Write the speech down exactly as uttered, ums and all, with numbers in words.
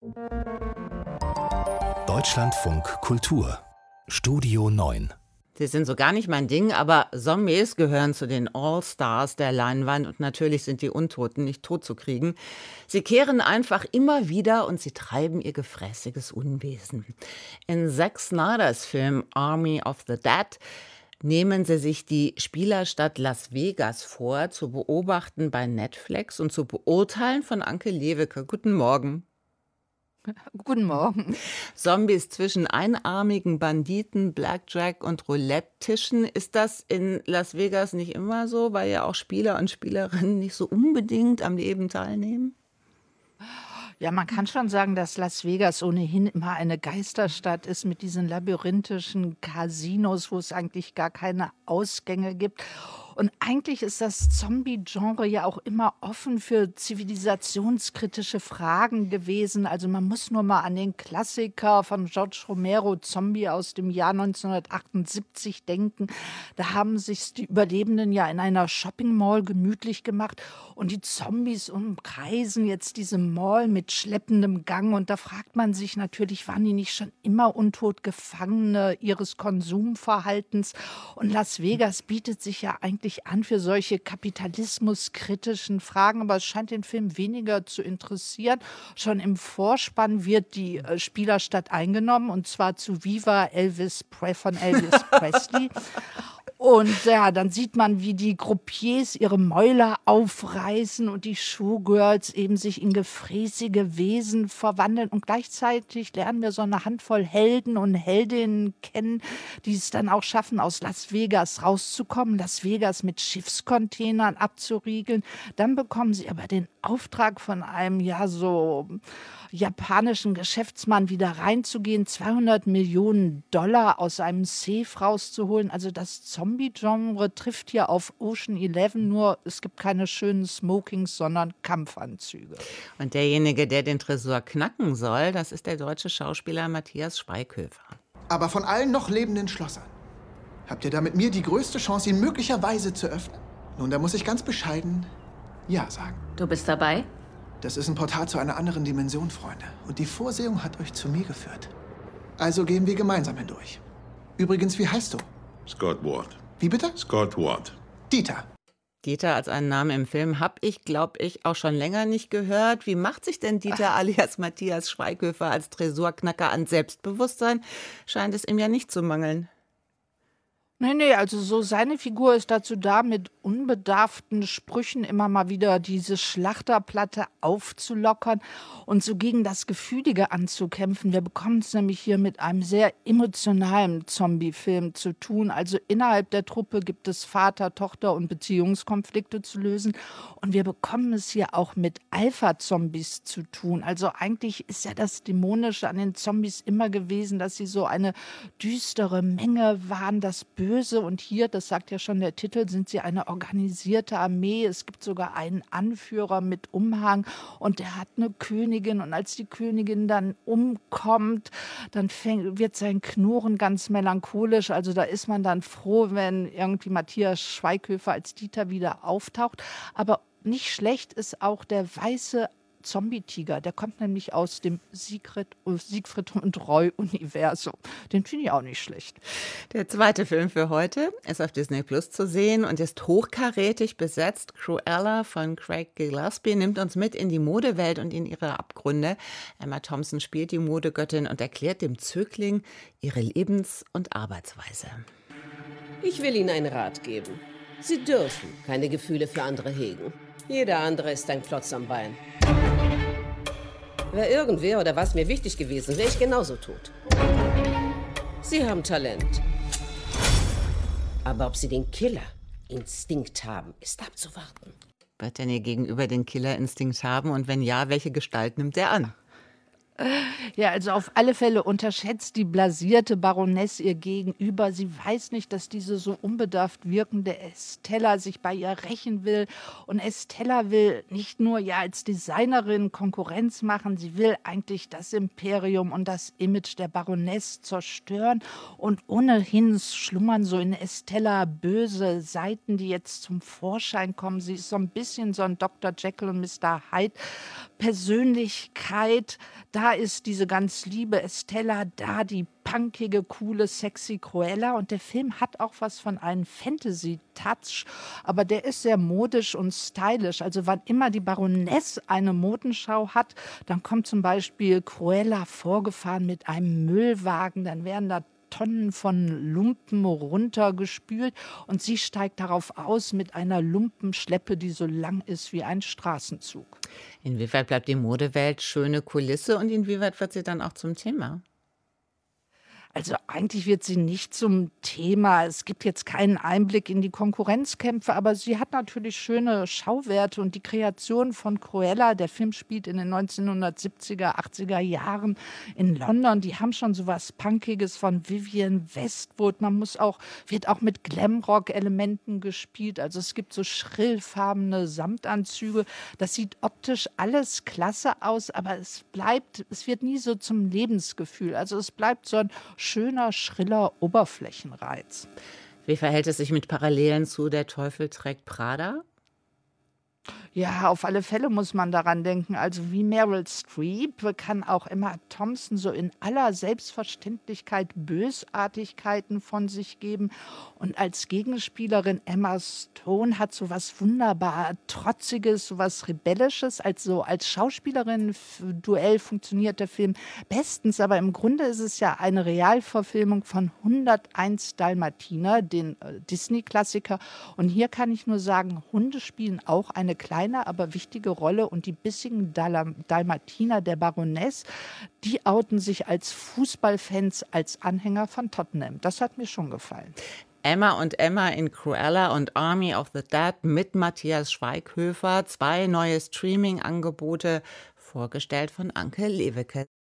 Deutschlandfunk Kultur Studio neun. Sie sind so gar nicht mein Ding, aber Zombies gehören zu den All-Stars der Leinwand und natürlich sind die Untoten nicht totzukriegen. Sie kehren einfach immer wieder und sie treiben ihr gefräßiges Unwesen. In Zack Snyders Film Army of the Dead nehmen sie sich die Spielerstadt Las Vegas vor, zu beobachten bei Netflix und zu beurteilen von Anke Lewicke. Guten Morgen. Guten Morgen. Zombies zwischen einarmigen Banditen, Blackjack und Roulette-Tischen. Ist das in Las Vegas nicht immer so, weil ja auch Spieler und Spielerinnen nicht so unbedingt am Leben teilnehmen? Ja, man kann schon sagen, dass Las Vegas ohnehin immer eine Geisterstadt ist mit diesen labyrinthischen Casinos, wo es eigentlich gar keine Ausgänge gibt. Und eigentlich ist das Zombie-Genre ja auch immer offen für zivilisationskritische Fragen gewesen. Also man muss nur mal an den Klassiker von George Romero, Zombie aus dem Jahr neunzehnhundertachtundsiebzig denken. Da haben sich die Überlebenden ja in einer Shopping-Mall gemütlich gemacht und die Zombies umkreisen jetzt diese Mall mit schleppendem Gang. Und da fragt man sich natürlich, waren die nicht schon immer untot Gefangene ihres Konsumverhaltens? Und Las Vegas bietet sich ja eigentlich an für solche kapitalismuskritischen Fragen, aber es scheint den Film weniger zu interessieren. Schon im Vorspann wird die äh, Spielerstadt eingenommen und zwar zu Viva Elvis Pre- von Elvis Presley. Und ja, dann sieht man, wie die Croupiers ihre Mäuler aufreißen und die Showgirls eben sich in gefräßige Wesen verwandeln. Und gleichzeitig lernen wir so eine Handvoll Helden und Heldinnen kennen, die es dann auch schaffen, aus Las Vegas rauszukommen, Las Vegas mit Schiffscontainern abzuriegeln. Dann bekommen sie aber den Auftrag von einem, ja, so japanischen Geschäftsmann wieder reinzugehen, zweihundert Millionen Dollar aus einem Safe rauszuholen. Also das Zombie-Genre trifft hier auf Ocean Eleven, nur es gibt keine schönen Smokings, sondern Kampfanzüge. Und derjenige, der den Tresor knacken soll, das ist der deutsche Schauspieler Matthias Schweighöfer. Aber von allen noch lebenden Schlossern habt ihr da mit mir die größte Chance, ihn möglicherweise zu öffnen? Nun, da muss ich ganz bescheiden Ja sagen. Du bist dabei? Das ist ein Portal zu einer anderen Dimension, Freunde. Und die Vorsehung hat euch zu mir geführt. Also gehen wir gemeinsam hindurch. Übrigens, wie heißt du? Scott Ward. Wie bitte? Scott Ward. Dieter. Dieter als einen Namen im Film habe ich, glaube ich, auch schon länger nicht gehört. Wie macht sich denn Dieter alias Matthias Schweighöfer als Tresorknacker an Selbstbewusstsein? Scheint es ihm ja nicht zu mangeln. Nee, nee, also so seine Figur ist dazu da, mit unbedarften Sprüchen immer mal wieder diese Schlachterplatte aufzulockern und so gegen das Gefühlige anzukämpfen. Wir bekommen es nämlich hier mit einem sehr emotionalen Zombie-Film zu tun. Also innerhalb der Truppe gibt es Vater, Tochter und Beziehungskonflikte zu lösen. Und wir bekommen es hier auch mit Alpha-Zombies zu tun. Also eigentlich ist ja das Dämonische an den Zombies immer gewesen, dass sie so eine düstere Menge waren, das Böse. Und hier, das sagt ja schon der Titel, sind sie eine organisierte Armee. Es gibt sogar einen Anführer mit Umhang und der hat eine Königin. Und als die Königin dann umkommt, dann fängt, wird sein Knurren ganz melancholisch. Also da ist man dann froh, wenn irgendwie Matthias Schweighöfer als Dieter wieder auftaucht. Aber nicht schlecht ist auch der weiße Zombie-Tiger, der kommt nämlich aus dem Siegfried, Siegfried und Roy-Universum. Den finde ich auch nicht schlecht. Der zweite Film für heute ist auf Disney Plus zu sehen und ist hochkarätig besetzt. Cruella von Craig Gillespie nimmt uns mit in die Modewelt und in ihre Abgründe. Emma Thompson spielt die Modegöttin und erklärt dem Zögling ihre Lebens- und Arbeitsweise. Ich will Ihnen einen Rat geben. Sie dürfen keine Gefühle für andere hegen. Jeder andere ist ein Klotz am Bein. Wäre irgendwer oder was mir wichtig gewesen, wäre ich genauso tot. Sie haben Talent. Aber ob Sie den Killerinstinkt haben, ist abzuwarten. Wird denn Ihr Gegenüber den Killerinstinkt haben und wenn ja, welche Gestalt nimmt er an? Ja, also auf alle Fälle unterschätzt die blasierte Baroness ihr Gegenüber. Sie weiß nicht, dass diese so unbedarft wirkende Estella sich bei ihr rächen will. Und Estella will nicht nur ja als Designerin Konkurrenz machen, sie will eigentlich das Imperium und das Image der Baroness zerstören. Und ohnehin schlummern so in Estella böse Seiten, die jetzt zum Vorschein kommen. Sie ist so ein bisschen so ein Doktor Jekyll und Mister Hyde Persönlichkeit. Da ist diese ganz liebe Estella, da die punkige, coole, sexy Cruella. Und der Film hat auch was von einem Fantasy-Touch, aber der ist sehr modisch und stylisch. Also wann immer die Baroness eine Modenschau hat, dann kommt zum Beispiel Cruella vorgefahren mit einem Müllwagen, dann werden da Tonnen von Lumpen runtergespült und sie steigt darauf aus mit einer Lumpenschleppe, die so lang ist wie ein Straßenzug. Inwieweit bleibt die Modewelt schöne Kulisse und inwieweit wird sie dann auch zum Thema? Also eigentlich wird sie nicht zum Thema. Es gibt jetzt keinen Einblick in die Konkurrenzkämpfe, aber sie hat natürlich schöne Schauwerte und die Kreation von Cruella, der Film spielt in den neunzehnhundertsiebziger, achtziger Jahren in London, die haben schon so was Punkiges von Vivienne Westwood. Man muss auch, wird auch mit Glamrock-Elementen gespielt. Also es gibt so schrillfarbene Samtanzüge. Das sieht optisch alles klasse aus, aber es bleibt, es wird nie so zum Lebensgefühl. Also es bleibt so ein schöner, schriller Oberflächenreiz. Wie verhält es sich mit Parallelen zu Der Teufel trägt Prada? Ja, auf alle Fälle muss man daran denken. Also wie Meryl Streep kann auch Emma Thompson so in aller Selbstverständlichkeit Bösartigkeiten von sich geben. Und als Gegenspielerin Emma Stone hat so was wunderbar Trotziges, so was Rebellisches. Also als Schauspielerin Duell funktioniert der Film bestens. Aber im Grunde ist es ja eine Realverfilmung von hunderteins Dalmatiner, den äh, Disney-Klassiker. Und hier kann ich nur sagen, Hunde spielen auch eine kleine, aber wichtige Rolle und die bissigen Dal- Dalmatiner der Baroness, die outen sich als Fußballfans, als Anhänger von Tottenham. Das hat mir schon gefallen. Emma und Emma in Cruella und Army of the Dead mit Matthias Schweighöfer. Zwei neue Streaming-Angebote, vorgestellt von Anke Lewicke.